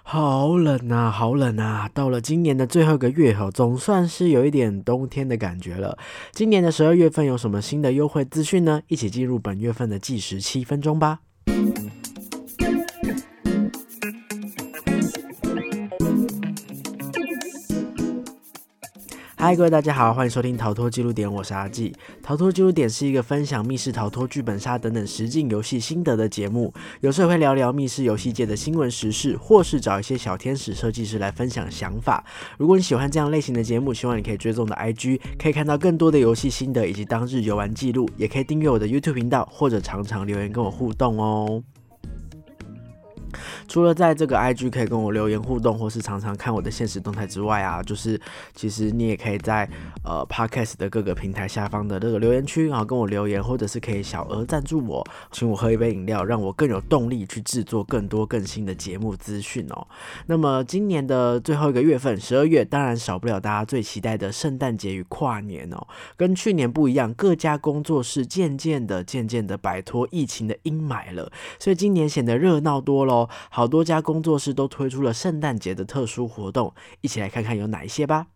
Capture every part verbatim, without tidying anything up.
好冷啊，好冷啊！到了今年的最后一个月哦，总算是有一点冬天的感觉了。今年的十二月份有什么新的优惠资讯呢？一起进入本月份的计时七分钟吧。嗨，各位大家好，欢迎收听逃脱记录点，我是阿纪。逃脱记录点是一个分享密室逃脱、剧本杀等等实境游戏心得的节目，有时候会聊聊密室游戏界的新闻时事，或是找一些小天使设计师来分享想法。如果你喜欢这样类型的节目，希望你可以追踪我的 I G， 可以看到更多的游戏心得以及当日游玩记录，也可以订阅我的 YouTube 频道，或者常常留言跟我互动哦。除了在这个 I G 可以跟我留言互动，或是常常看我的现实动态之外啊，就是其实你也可以在呃 Podcast 的各个平台下方的这个留言区，然后跟我留言，或者是可以小额赞助我，请我喝一杯饮料，让我更有动力去制作更多更新的节目资讯哦。那么今年的最后一个月份，十二月，当然少不了大家最期待的圣诞节与跨年哦。跟去年不一样，各家工作室渐渐的、渐渐的摆脱疫情的阴霾了，所以今年显得热闹多咯。好多家工作室都推出了圣诞节的特殊活动，一起来看看有哪一些吧。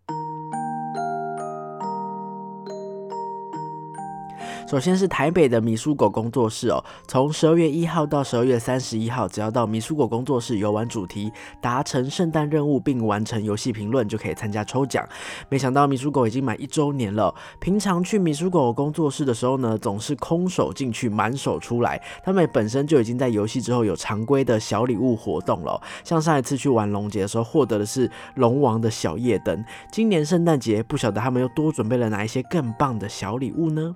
首先是台北的米苏狗工作室哦，从十二月一号到十二月三十一号，只要到米苏狗工作室游玩主题，达成圣诞任务并完成游戏评论，就可以参加抽奖。没想到米苏狗已经满一周年了，平常去米苏狗工作室的时候呢，总是空手进去，满手出来。他们本身就已经在游戏之后有常规的小礼物活动了，像上一次去玩龙节的时候，获得的是龙王的小夜灯。今年圣诞节，不晓得他们又多准备了哪一些更棒的小礼物呢？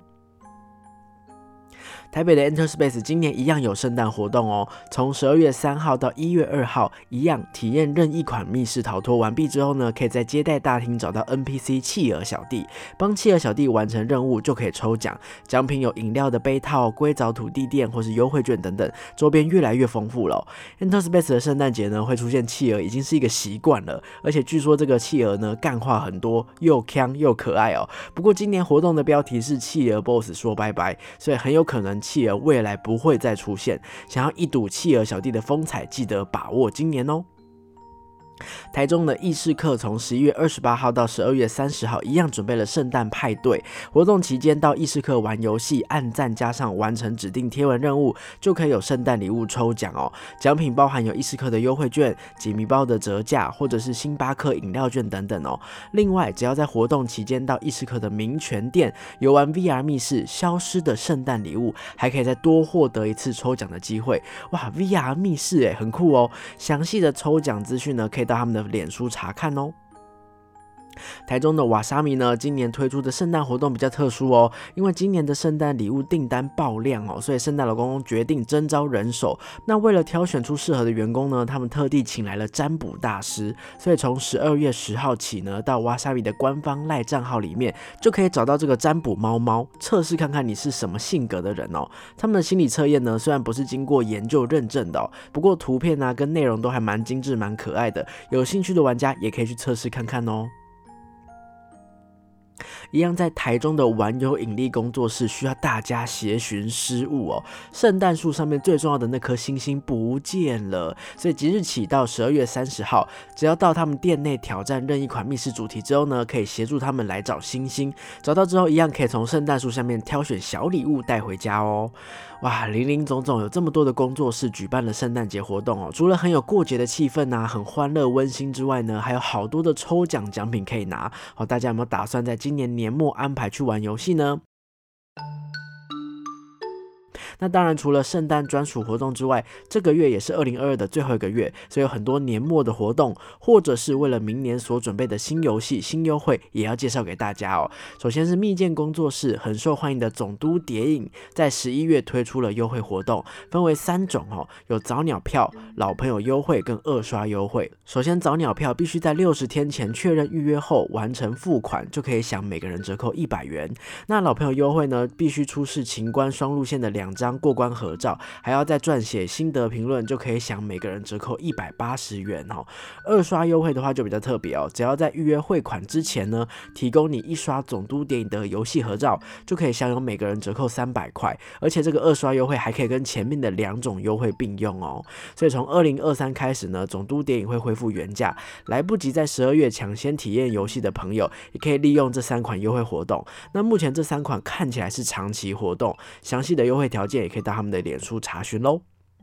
台北的 Enterspace 今年一样有圣诞活动哦，从十二月三号到一月二号，一样体验任意款密室逃脱完毕之后呢，可以在接待大厅找到 N P C 企鹅小弟，帮企鹅小弟完成任务就可以抽奖，奖品有饮料的杯套、硅藻土地垫或是优惠券等等，周边越来越丰富了哦。Enterspace 的圣诞节呢会出现企鹅已经是一个习惯了，而且据说这个企鹅呢干话很多，又鏘又可爱哦。不过今年活动的标题是企鹅 boss 说拜拜，所以很有可能企鹅未来不会再出现，想要一睹企鹅小弟的风采，记得把握今年哦。台中的意识课从十一月二十八号到十二月三十号，一样准备了圣诞派对活动期间，到意识课玩游戏，按赞加上完成指定贴文任务，就可以有圣诞礼物抽奖哦。奖品包含有意识课的优惠券、解谜包的折价，或者是星巴克饮料券等等哦。另外，只要在活动期间到意识课的民权店游玩 V R 密室消失的圣诞礼物，还可以再多获得一次抽奖的机会。哇 ，V R 密室哎，很酷哦！详细的抽奖资讯呢，可以到他们的脸书查看哦。台中的瓦沙米呢，今年推出的圣诞活动比较特殊哦，因为今年的圣诞礼物订单爆量哦，所以圣诞老公公决定征招人手。那为了挑选出适合的员工呢，他们特地请来了占卜大师，所以从十二月十号起呢，到瓦沙米的官方赖账号里面就可以找到这个占卜猫猫，测试看看你是什么性格的人哦。他们的心理测验呢，虽然不是经过研究认证的哦，不过图片啊跟内容都还蛮精致、蛮可爱的，有兴趣的玩家也可以去测试看看哦。一样在台中的玩有引力工作室需要大家协寻失物哦，圣诞树上面最重要的那颗星星不见了，所以即日起到十二月三十号，只要到他们店内挑战任意款密室主题之后呢，可以协助他们来找星星，找到之后一样可以从圣诞树下面挑选小礼物带回家哦。哇，林林总总有这么多的工作室举办了圣诞节活动哦，除了很有过节的气氛啊，很欢乐温馨之外呢，还有好多的抽奖奖品可以拿哦。大家有没有打算在今年年末安排去玩游戏呢？那当然，除了圣诞专属活动之外，这个月也是二零二二的最后一个月，所以有很多年末的活动，或者是为了明年所准备的新游戏、新优惠，也要介绍给大家哦。首先是蜜饯工作室很受欢迎的总督谍影，在十一月推出了优惠活动，分为三种哦，有早鸟票、老朋友优惠跟二刷优惠。首先早鸟票必须在六十天前确认预约后完成付款，就可以享每个人折扣一百元。那老朋友优惠呢，必须出示秦关双路线的两张张过关合照，还要再撰写心得评论，就可以享每个人折扣一百八十元哦。二刷优惠的话就比较特别哦，只要在预约汇款之前呢，提供你一刷总督电影的游戏合照，就可以享有每个人折扣三百块，而且这个二刷优惠还可以跟前面的两种优惠并用哦。所以从二零二三开始呢，总督电影会恢复原价，来不及在十二月抢先体验游戏的朋友，也可以利用这三款优惠活动。那目前这三款看起来是长期活动，详细的优惠条件也可以到他们的脸书查询咯。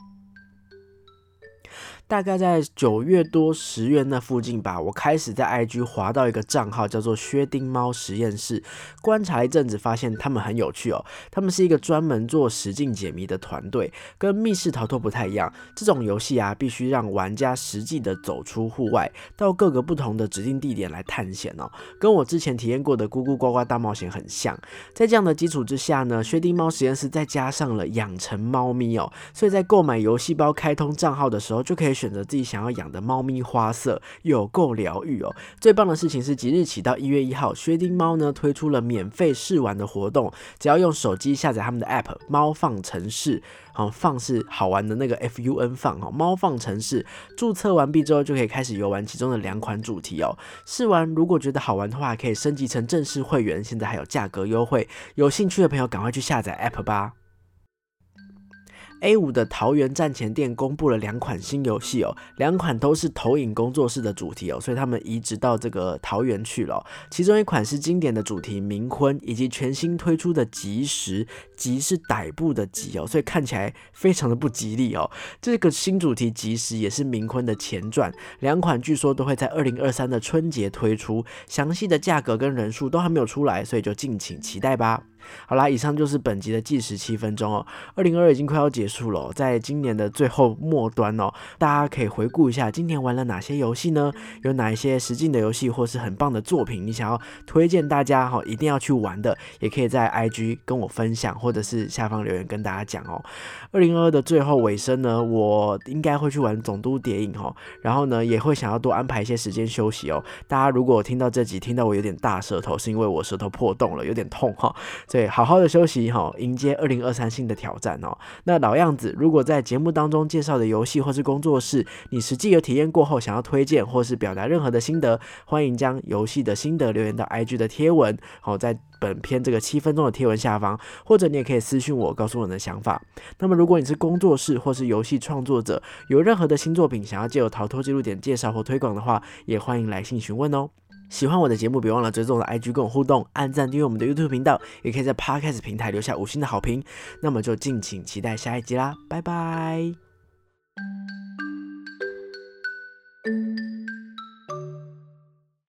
大概在九月多十月那附近吧，我开始在 I G 滑到一个账号叫做薛丁猫实验室，观察一阵子发现他们很有趣哦。他们是一个专门做实境解谜的团队，跟密室逃脱不太一样。这种游戏啊，必须让玩家实际的走出户外，到各个不同的指定地点来探险哦，跟我之前体验过的咕咕呱呱大冒险很像。在这样的基础之下呢，薛丁猫实验室再加上了养成猫咪哦，所以在购买游戏包开通账号的时候，就可以选择自己想要养的猫咪花色，有够疗愈哦。最棒的事情是，即日起到一月一号，薛丁猫呢推出了免费试玩的活动，只要用手机下载他们的 App 猫放城市，好，放是好玩的那个 F U N 放，猫放城市，注册完毕之后就可以开始游玩其中的两款主题哦。试玩如果觉得好玩的话，可以升级成正式会员，现在还有价格优惠，有兴趣的朋友赶快去下载 App 吧。A 五 的桃园站前店公布了两款新游戏哦，两款都是投影工作室的主题哦，所以他们移植到这个桃园去了哦。其中一款是经典的主题冥婚，以及全新推出的吉时，吉是逮捕的吉哦，所以看起来非常的不吉利哦。这个新主题吉时也是冥婚的前传，两款据说都会在二零二三的春节推出，详细的价格跟人数都还没有出来，所以就敬请期待吧。好啦，以上就是本集的计时七分钟哦。二零二二已经快要结束了哦，在今年的最后末端哦，大家可以回顾一下今年玩了哪些游戏呢？有哪一些实境的游戏或是很棒的作品，你想要推荐大家哈、哦、一定要去玩的，也可以在 I G 跟我分享，或者是下方留言跟大家讲哦。二零二二的最后尾声呢，我应该会去玩总督谍影哦，然后呢也会想要多安排一些时间休息哦。大家如果听到这集听到我有点大舌头，是因为我舌头破洞了，有点痛哈、哦。所以好好的休息哈，迎接二零二三新的挑战哦。那老样子，如果在节目当中介绍的游戏或是工作室，你实际有体验过后想要推荐或是表达任何的心得，欢迎将游戏的心得留言到 I G 的贴文，好，在本篇这个七分钟的贴文下方，或者你也可以私讯我，告诉我你的想法。那么如果你是工作室或是游戏创作者，有任何的新作品想要借由逃脱记录点介绍或推广的话，也欢迎来信询问哦。喜欢我的节目，别忘了追踪我的 I G 跟我互动，按赞订阅我们的 YouTube 频道，也可以在 Podcast 平台留下五星的好评。那么就敬请期待下一集啦，拜拜。